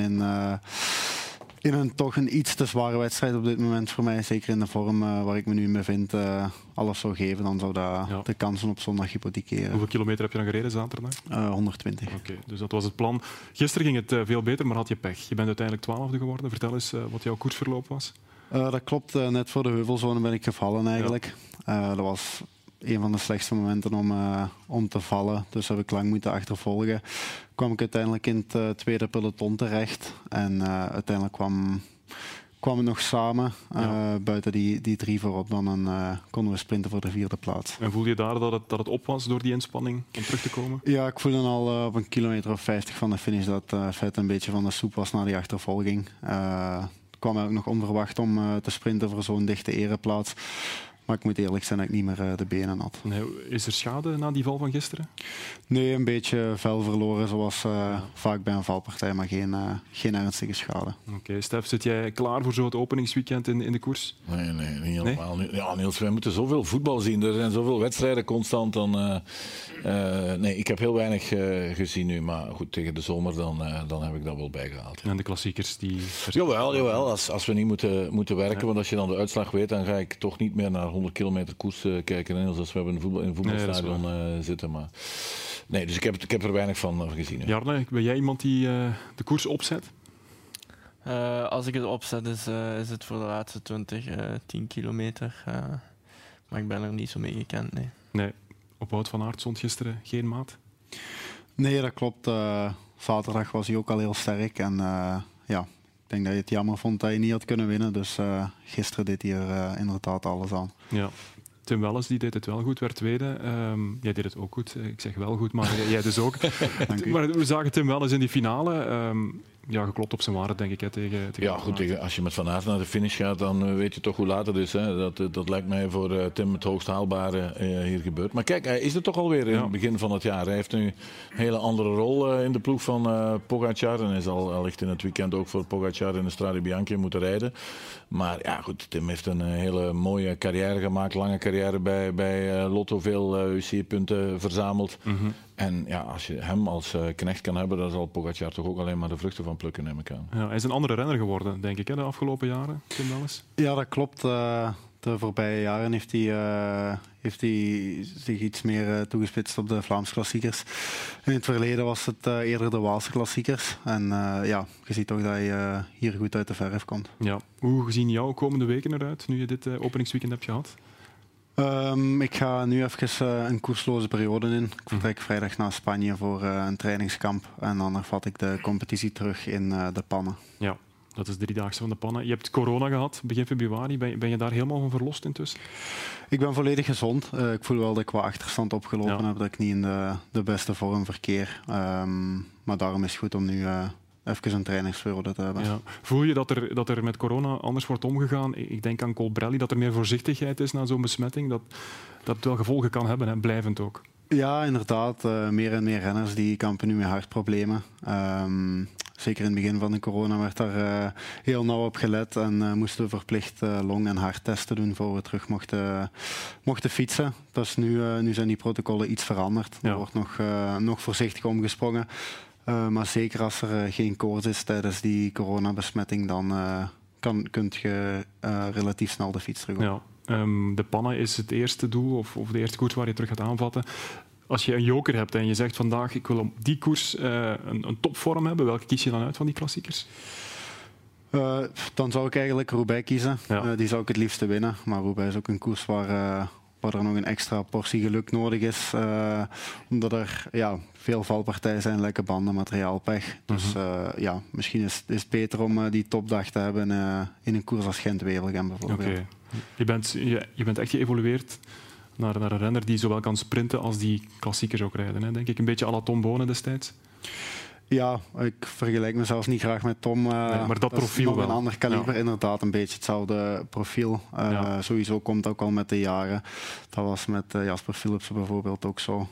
Speaker 21: in een toch een iets te zware wedstrijd op dit moment voor mij, zeker in de vorm waar ik me nu in bevind, alles zou geven, dan zou dat de kansen op zondag hypothekeren.
Speaker 1: Hoeveel kilometer heb je dan gereden zaterdag?
Speaker 21: 120.
Speaker 1: Oké, dus dat was het plan. Gisteren ging het veel beter, maar had je pech. Je bent uiteindelijk 12e geworden. Vertel eens wat jouw koersverloop was.
Speaker 21: Dat klopt. Net voor de heuvelzone ben ik gevallen eigenlijk. Dat was een van de slechtste momenten om te vallen. Dus heb ik lang moeten achtervolgen. Kwam ik uiteindelijk in het tweede peloton terecht. En uiteindelijk kwam het nog samen. Buiten die 3 voorop dan konden we sprinten voor de 4e plaats.
Speaker 1: En voelde je daar dat het op was door die inspanning om terug te komen?
Speaker 21: Ja, ik voelde al op een kilometer of 50 van de finish dat vet een beetje van de soep was na die achtervolging. Ik kwam eigenlijk nog onverwacht om te sprinten voor zo'n dichte ereplaats. Maar ik moet eerlijk zijn dat ik niet meer de benen had.
Speaker 1: Nee, is er schade na die val van gisteren?
Speaker 21: Nee, een beetje vel verloren zoals vaak bij een valpartij, maar geen ernstige schade.
Speaker 1: Oké, Stef, zit jij klaar voor zo'n openingsweekend in de koers?
Speaker 10: Nee, niet helemaal. Nee? Ja, Niels, wij moeten zoveel voetbal zien. Er zijn zoveel wedstrijden constant. Nee, ik heb heel weinig gezien nu. Maar goed, tegen de zomer dan heb ik dat wel bijgehaald.
Speaker 1: En de klassiekers die...
Speaker 10: Jawel. Als we niet moeten werken, want als je dan de uitslag weet, dan ga ik toch niet meer naar 100 kilometer koers kijken. Niels, als we in een voetbalstadion zitten. Maar... Nee, dus ik heb er weinig van gezien. Nu.
Speaker 1: Jarne, ben jij iemand die de koers opzet?
Speaker 3: Als ik het opzet, is het voor de laatste 10 kilometer. Maar ik ben er niet zo mee gekend,
Speaker 1: Nee. Op Wout van Aert stond gisteren geen maat?
Speaker 21: Nee, dat klopt. Zaterdag was hij ook al heel sterk. En ik denk dat je het jammer vond dat je niet had kunnen winnen. Dus gisteren deed hij er inderdaad alles aan.
Speaker 1: Ja. Tim Welles die deed het wel goed, werd tweede. Jij deed het ook goed. Ik zeg wel goed, maar jij dus ook. Maar we zagen Tim Welles in die finale. Geklopt op zijn waarde, denk ik. Hè, tegen
Speaker 10: goed. Als je met Van Aert naar de finish gaat, dan weet je toch hoe laat het is. Hè. Dat lijkt mij voor Tim het hoogst haalbare hier gebeurd. Maar kijk, hij is er toch alweer in het begin van het jaar. Hij heeft nu een hele andere rol in de ploeg van Pogacar. En hij zal allicht in het weekend ook voor Pogacar in de Strade Bianche moeten rijden. Maar ja, goed, Tim heeft een hele mooie carrière gemaakt. Lange carrière bij Lotto, veel UCI-punten verzameld. Mm-hmm. En ja, als je hem als knecht kan hebben, dan zal Pogacar toch ook alleen maar de vruchten van plukken, neem ik aan.
Speaker 1: Ja, hij is een andere renner geworden, denk ik, hè, de afgelopen jaren, Tim Wellens.
Speaker 21: Ja, dat klopt. De voorbije jaren heeft hij zich iets meer toegespitst op de Vlaamse klassiekers. In het verleden was het eerder de Waalse klassiekers. En ja, je ziet toch dat hij hier goed uit de verf komt.
Speaker 1: Ja. Hoe zien jouw komende weken eruit, nu je dit openingsweekend hebt gehad?
Speaker 21: Ik ga nu even een koersloze periode in. Ik vertrek vrijdag naar Spanje voor een trainingskamp. En dan hervat ik de competitie terug in de Pannen.
Speaker 1: Ja, dat is de 3-daagse van de Pannen. Je hebt corona gehad begin februari. Ben je daar helemaal van verlost intussen? Ik
Speaker 21: ben volledig gezond. Ik voel wel dat ik wat achterstand opgelopen heb. Dat ik niet in de beste vorm verkeer. Maar daarom is het goed om nu even een trainingsperiode te hebben.
Speaker 1: Ja. Voel je dat er met corona anders wordt omgegaan? Ik denk aan Colbrelli, dat er meer voorzichtigheid is na zo'n besmetting. Dat het wel gevolgen kan hebben, hè? Blijvend ook.
Speaker 21: Ja, inderdaad. Meer en meer renners die kampen nu met hartproblemen. Zeker in het begin van de corona werd daar heel nauw op gelet en moesten we verplicht long- en harttesten doen voor we terug mochten fietsen. Dus nu zijn die protocollen iets veranderd. Er wordt nog voorzichtig omgesprongen. Maar zeker als er geen koorts is tijdens die coronabesmetting, dan kunt je relatief snel de fiets terug op.
Speaker 1: Ja. De Pannen is het eerste doel of de eerste koers waar je terug gaat aanvatten. Als je een joker hebt en je zegt vandaag ik wil op die koers een topvorm hebben, welke kies je dan uit van die klassiekers?
Speaker 21: Dan zou ik eigenlijk Roubaix kiezen. Ja. Die zou ik het liefste winnen. Maar Roubaix is ook een koers waar er nog een extra portie geluk nodig is. Omdat er veel valpartijen zijn, lekke banden, materiaalpech. Dus misschien is het beter om die topdag te hebben in een koers als Gent-Wevelgem bijvoorbeeld.
Speaker 1: Okay. Je bent echt geëvolueerd naar een renner die zowel kan sprinten als die klassiekers ook rijden. Hè? Denk ik een beetje à la Tom Bonen destijds.
Speaker 21: Ja, ik vergelijk mezelf niet graag met Tom.
Speaker 1: Maar dat profiel
Speaker 21: is nog
Speaker 1: wel.
Speaker 21: Een ander kaliber, inderdaad, een beetje hetzelfde profiel. Sowieso komt ook al met de jaren. Dat was met Jasper Philipsen bijvoorbeeld ook zo.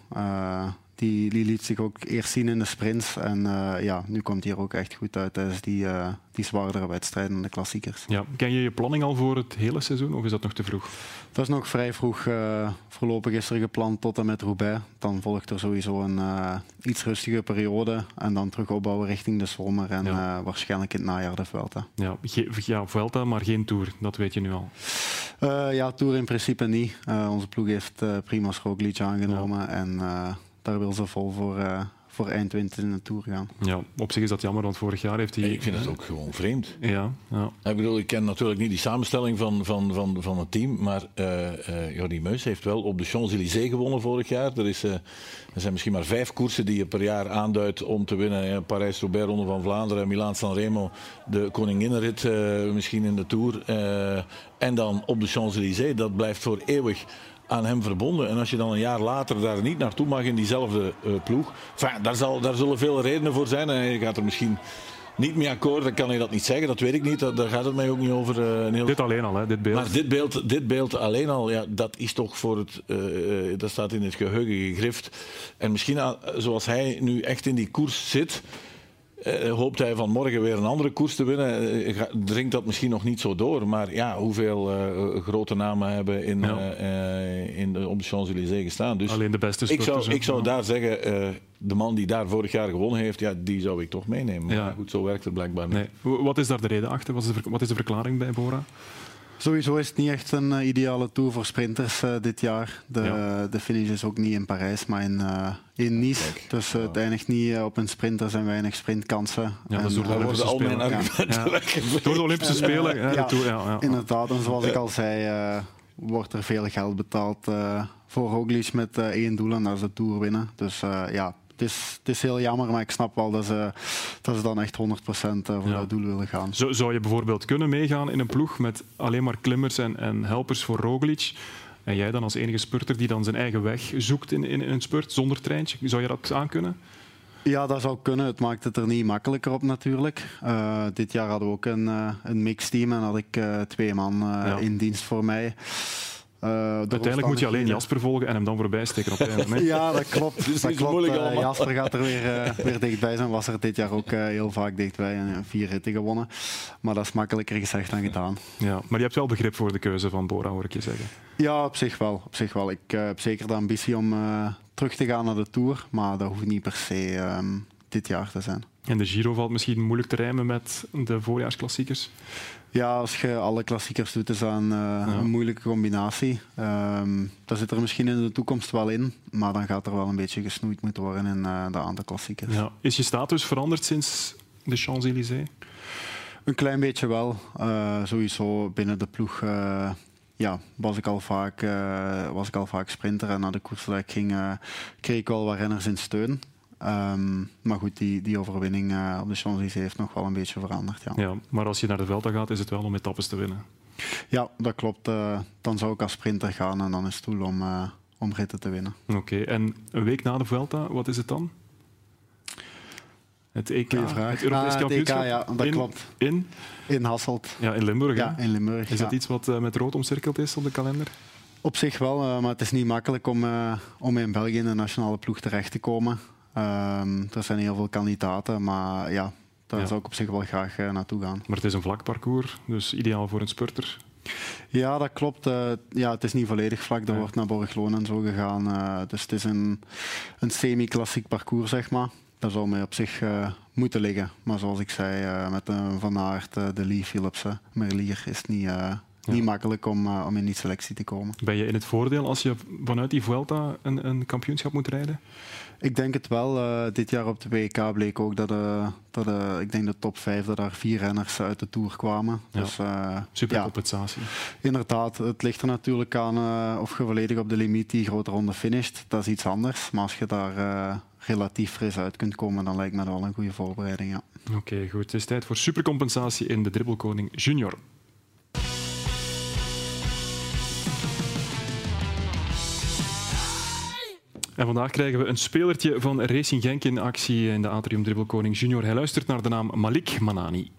Speaker 21: Die liet zich ook eerst zien in de sprints. En nu komt hij er ook echt goed uit tijdens die zwaardere wedstrijden en de klassiekers.
Speaker 1: Ja. Ken je je planning al voor het hele seizoen of is dat nog te vroeg?
Speaker 21: Dat is nog vrij vroeg. Voorlopig is er gepland tot en met Roubaix. Dan volgt er sowieso een iets rustige periode. En dan terug opbouwen richting de zomer. En waarschijnlijk in het najaar de Vuelta.
Speaker 1: Ja, Vuelta, maar geen Tour. Dat weet je nu al.
Speaker 21: Tour in principe niet. Onze ploeg heeft Primož Roglič aangenomen. Ja. En daar wil ze vol voor eind winter in de Tour gaan. Ja,
Speaker 1: op zich is dat jammer, want vorig jaar heeft hij...
Speaker 10: Ik vind het ook gewoon vreemd.
Speaker 1: Ja.
Speaker 10: Ik bedoel, ik ken natuurlijk niet die samenstelling van het team, maar Jordi Meus heeft wel op de Champs-Élysées gewonnen vorig jaar. Er zijn misschien maar 5 koersen die je per jaar aanduidt om te winnen. Parijs-Roubaix, Ronde van Vlaanderen, Milaan-San Remo, de Koninginnenrit misschien in de Tour. En dan op de Champs-Élysées, dat blijft voor eeuwig aan hem verbonden. En als je dan een jaar later daar niet naartoe mag in diezelfde ploeg, daar zullen veel redenen voor zijn. En je gaat er misschien niet mee akkoord, dan kan je dat niet zeggen, dat weet ik niet. Daar gaat het mij ook niet over.
Speaker 1: Dit alleen al, hè, dit beeld.
Speaker 10: Maar dit beeld alleen al, dat is toch voor het... dat staat in het geheugen gegrift. En misschien, zoals hij nu echt in die koers zit, hoopt hij van morgen weer een andere koers te winnen. Dringt dat misschien nog niet zo door. Maar hoeveel grote namen hebben op de Champs-Élysées gestaan. Dus
Speaker 1: alleen de beste spurters.
Speaker 10: Ik zou daar zeggen, de man die daar vorig jaar gewonnen heeft, die zou ik toch meenemen. Ja. Maar goed, zo werkt het blijkbaar niet.
Speaker 1: Nee. Wat is daar de reden achter? Wat is de verklaring bij Bora?
Speaker 21: Sowieso is het niet echt een ideale Tour voor sprinters dit jaar. De finish is ook niet in Parijs, maar in Nice. Dus het eindigt niet op een sprint. Er zijn weinig sprintkansen.
Speaker 10: Ja, dat worden al mijn argumenten weggegeven.
Speaker 1: Door de Olympische Spelen.
Speaker 21: Inderdaad. En zoals ik al zei, wordt er veel geld betaald voor Roglič met 1 doel en dat is de Tour winnen. Dus het is heel jammer, maar ik snap wel dat ze dan echt 100% voor dat doel willen gaan.
Speaker 1: Zou je bijvoorbeeld kunnen meegaan in een ploeg met alleen maar klimmers en helpers voor Roglič? En jij dan als enige spurter die dan zijn eigen weg zoekt in een spurt zonder treintje? Zou je dat aankunnen?
Speaker 21: Ja, dat zou kunnen. Het maakt het er niet makkelijker op natuurlijk. Dit jaar hadden we ook een mixteam en had ik 2 man in dienst voor mij.
Speaker 1: Uiteindelijk moet je alleen Jasper volgen en hem dan voorbij steken op het einde. Nee?
Speaker 21: Ja, dat klopt. Dus dat klopt. Jasper gaat er weer dichtbij zijn. Was er dit jaar ook heel vaak dichtbij en 4 ritten gewonnen. Maar dat is makkelijker gezegd dan gedaan.
Speaker 1: Ja, maar je hebt wel begrip voor de keuze van Bora, hoor ik je zeggen.
Speaker 21: Ja, op zich wel. Ik heb zeker de ambitie om terug te gaan naar de Tour, maar dat hoeft niet per se dit jaar te zijn.
Speaker 1: En de Giro valt misschien moeilijk te rijmen met de voorjaarsklassiekers?
Speaker 21: Ja, als je alle klassiekers doet, is dat een moeilijke combinatie. Dat zit er misschien in de toekomst wel in, maar dan gaat er wel een beetje gesnoeid moeten worden in de aantal klassiekers.
Speaker 1: Ja. Is je status veranderd sinds de Champs-Élysées?
Speaker 21: Een klein beetje wel. Sowieso binnen de ploeg was ik al vaak sprinter en naar de koers dat ik ging, kreeg ik wel wat renners in steun. Maar goed, die overwinning op de Champs-Élysées heeft nog wel een beetje veranderd. Ja.
Speaker 1: Ja, maar als je naar de Vuelta gaat, is het wel om etappes te winnen.
Speaker 21: Ja, dat klopt. Dan zou ik als sprinter gaan en dan is het doel om ritten te winnen.
Speaker 1: Oké, en een week na de Vuelta, wat is het dan? Het EK, het Europees kampioenschap?
Speaker 21: EK, ja, dat klopt. In Hasselt.
Speaker 1: Ja, in Limburg.
Speaker 21: Ja, in Limburg.
Speaker 1: Is dat iets wat met rood omcirkeld is op de kalender?
Speaker 21: Op zich wel, maar het is niet makkelijk om in België in de nationale ploeg terecht te komen. Er zijn heel veel kandidaten, maar ja, daar zou ik op zich wel graag naartoe gaan.
Speaker 1: Maar het is een vlak parcours, dus ideaal voor een spurter.
Speaker 21: Ja, dat klopt. Het is niet volledig vlak. Er wordt naar Borgloon en zo gegaan. Dus het is een semi-klassiek parcours, zeg maar. Dat zou mij op zich moeten liggen. Maar zoals ik zei, met Van Aert, De Lee, Philipsen, Merlier is het niet makkelijk om in die selectie te komen.
Speaker 1: Ben je in het voordeel als je vanuit die Vuelta een kampioenschap moet rijden?
Speaker 21: Ik denk het wel. Dit jaar op de WK bleek ook dat ik denk de top 5 dat er 4 renners uit de Tour kwamen.
Speaker 1: Ja.
Speaker 21: Dus,
Speaker 1: super compensatie.
Speaker 21: Inderdaad, het ligt er natuurlijk aan of je volledig op de limiet die grote ronde finisht. Dat is iets anders. Maar als je daar relatief fris uit kunt komen, dan lijkt me dat wel een goede voorbereiding. Ja.
Speaker 1: Oké, goed. Het is tijd voor supercompensatie in de Dribbelkoning Junior. En vandaag krijgen we een spelertje van Racing Genk in actie in de Atrium Dribbelkoning Junior. Hij luistert naar de naam Malik Manani.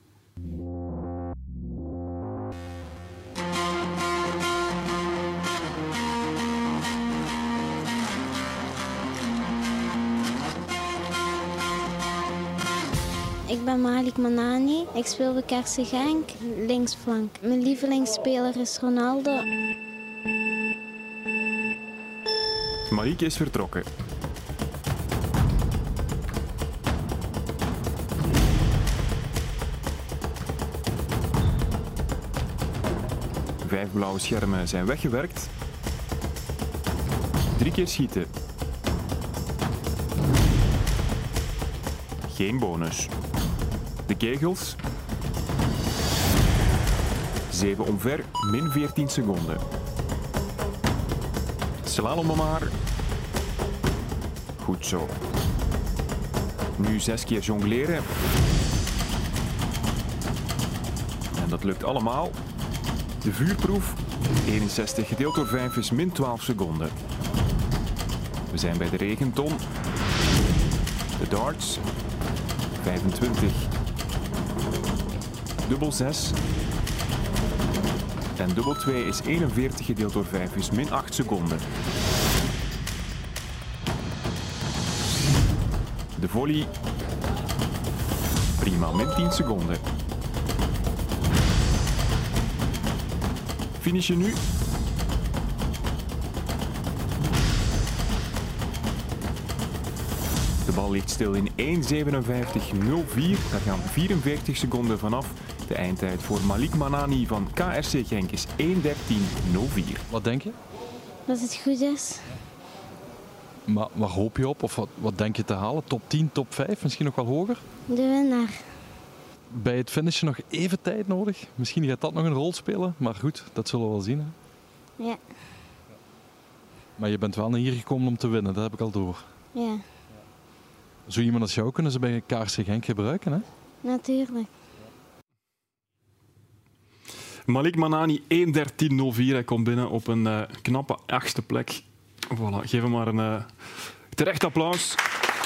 Speaker 2: Ik ben Malik Manani. Ik speel bij Racing Genk, linksflank. Mijn lievelingsspeler is Ronaldo.
Speaker 1: Malik is vertrokken. Vijf blauwe schermen zijn weggewerkt. 3 keer schieten. Geen bonus. De kegels. 7 omver, min 14 seconden. Slalom maar. Goed zo. Nu 6 keer jongleren. En dat lukt allemaal. De vuurproef. 61 gedeeld door 5 is min 12 seconden. We zijn bij de regenton. De darts. 25. Dubbel 6. En dubbel 2 is 41 gedeeld door 5 is min 8 seconden. De volley. Prima, min 10 seconden. Finishen nu. De bal ligt stil in 1:57.04. Daar gaan 44 seconden vanaf. De eindtijd voor Malik Manani van KRC Genk is 1:13.04.
Speaker 22: Wat denk je?
Speaker 2: Dat het goed is.
Speaker 22: Maar waar hoop je op? Of wat denk je te halen? Top 10, top 5? Misschien nog wel hoger?
Speaker 2: De winnaar.
Speaker 22: Bij het finishen nog even tijd nodig. Misschien gaat dat nog een rol spelen. Maar goed, dat zullen we wel zien. Hè?
Speaker 2: Ja.
Speaker 22: Maar je bent wel naar hier gekomen om te winnen. Dat heb ik al door.
Speaker 2: Ja.
Speaker 22: Zo iemand als jou kunnen ze bij KRC Genk gebruiken, hè?
Speaker 2: Natuurlijk.
Speaker 1: Malik Manani 1:13.04. Hij komt binnen op een knappe 8e plek. Voilà, geef hem maar een terecht applaus.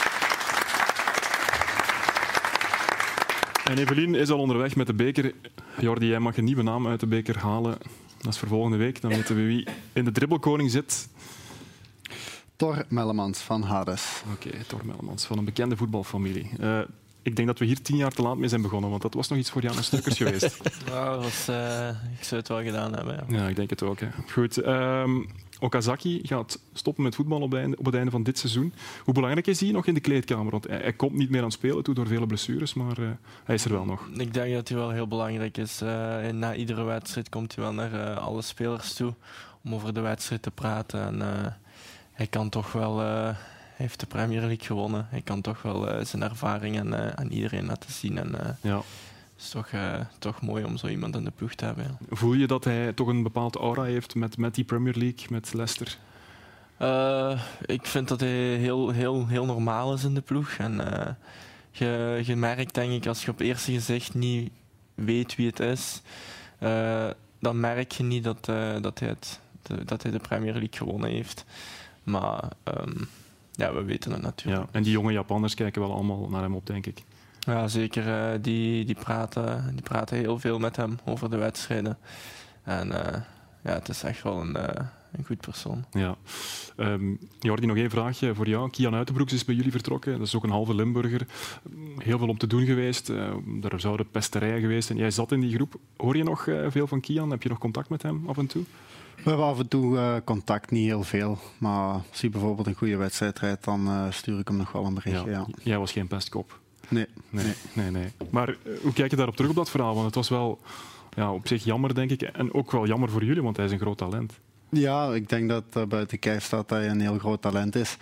Speaker 1: En Evelien is al onderweg met de beker. Jordi, jij mag een nieuwe naam uit de beker halen. Dat is voor volgende week. Dan weten we wie in de dribbelkoning zit.
Speaker 21: Tor Mellemans van Hades.
Speaker 1: Oké, Tor Mellemans van een bekende voetbalfamilie. Ik denk dat we hier 10 jaar te laat mee zijn begonnen, want dat was nog iets voor Jan Stukkers geweest.
Speaker 3: Nou, ik zou het wel gedaan hebben. Ja,
Speaker 1: ja, ik denk het ook. Hè. Goed. Okazaki gaat stoppen met voetbal op het einde van dit seizoen. Hoe belangrijk is hij nog in de kleedkamer? Want hij komt niet meer aan het spelen toe door vele blessures, maar hij is er wel nog.
Speaker 3: Ik denk dat hij wel heel belangrijk is. Na iedere wedstrijd komt hij wel naar alle spelers toe om over de wedstrijd te praten. En hij kan toch wel... hij heeft de Premier League gewonnen. Hij kan toch wel zijn ervaring aan iedereen laten zien. En,
Speaker 1: ja.
Speaker 3: Het is toch mooi om zo iemand in de ploeg te hebben. Ja.
Speaker 1: Voel je dat hij toch een bepaald aura heeft met die Premier League, met Leicester?
Speaker 3: Ik vind dat hij heel normaal is in de ploeg. En je merkt, denk ik, als je op eerste gezicht niet weet wie het is, dan merk je niet dat hij de Premier League gewonnen heeft. Maar ja, we weten het natuurlijk.
Speaker 1: Ja, en die jonge Japanners kijken wel allemaal naar hem op, denk ik.
Speaker 3: Ja, zeker. Die praten heel veel met hem over de wedstrijden. En ja, het is echt wel een goed persoon.
Speaker 1: Ja. Jordi, nog één vraagje voor jou. Kian Uitenbroeks is bij jullie vertrokken. Dat is ook een halve Limburger. Heel veel om te doen geweest. Er zouden pesterijen geweest zijn. Jij zat in die groep. Hoor je nog veel van Kian? Heb je nog contact met hem af en toe?
Speaker 21: We hebben af en toe contact, niet heel veel. Maar als hij bijvoorbeeld een goede wedstrijd rijdt, dan stuur ik hem nog wel een berichtje. Ja.
Speaker 1: Jij was geen pestkop.
Speaker 21: Nee.
Speaker 1: Maar hoe kijk je daarop terug op dat verhaal? Want het was wel op zich jammer, denk ik. En ook wel jammer voor jullie, want hij is een groot talent.
Speaker 21: Ja, ik denk dat buiten kijf staat dat hij een heel groot talent is.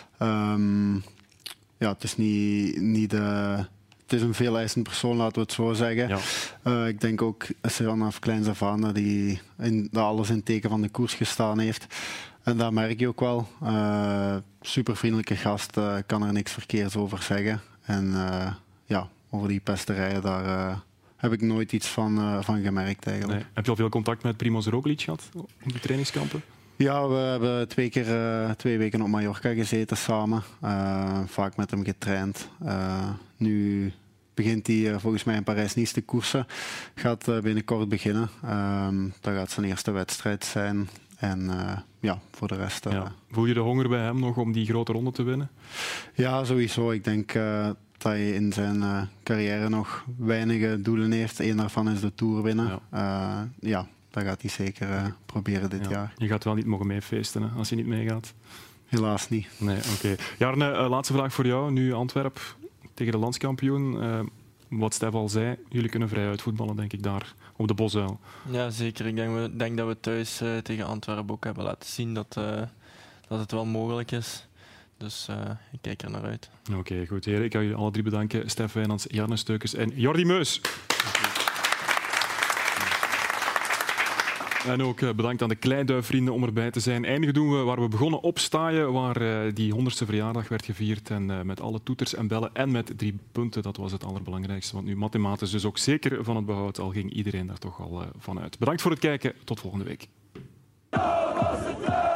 Speaker 21: Het is niet het is een veel eisend persoon, laten we het zo zeggen. Ja. Ik denk ook vanaf kleins af aan dat hij alles in het teken van de koers gestaan heeft. En dat merk je ook wel. Super vriendelijke gast, kan er niks verkeerds over zeggen. En over die pesterijen, daar heb ik nooit iets van gemerkt eigenlijk.
Speaker 1: Nee. Heb je al veel contact met Primoz Roglic gehad op de trainingskampen?
Speaker 21: Ja, we hebben 2 weken op Mallorca gezeten samen. Vaak met hem getraind. Nu begint hij volgens mij in Parijs-Nice te koersen. Gaat binnenkort beginnen. Dat gaat zijn eerste wedstrijd zijn. En voor de rest...
Speaker 1: Voel je de honger bij hem nog om die grote ronde te winnen?
Speaker 21: Ja, sowieso. Ik denk dat hij in zijn carrière nog weinige doelen heeft. Eén daarvan is de Tour winnen. Dat gaat hij zeker proberen dit jaar.
Speaker 1: Je gaat wel niet mogen meefeesten als je niet meegaat?
Speaker 21: Helaas niet.
Speaker 1: Nee, oké. Jarne, laatste vraag voor jou. Nu Antwerpen tegen de landskampioen. Wat Stef al zei, jullie kunnen vrij uitvoetballen, denk ik, daar op de Bosuil.
Speaker 3: Ja, zeker. Ik denk dat we thuis tegen Antwerpen ook hebben laten zien dat het wel mogelijk is. Dus ik kijk er naar uit.
Speaker 1: Oké, goed. Heren, ik ga jullie alle drie bedanken. Stef Wijnands, Jarne Steukens en Jordi Meus. En ook bedankt aan de Kleiduif-vrienden om erbij te zijn. Eindigen doen we waar we begonnen, op Staaien, waar die 100ste verjaardag werd gevierd. En met alle toeters en bellen en met 3 punten, dat was het allerbelangrijkste. Want nu mathematisch dus ook zeker van het behoud, al ging iedereen daar toch al van uit. Bedankt voor het kijken, tot volgende week.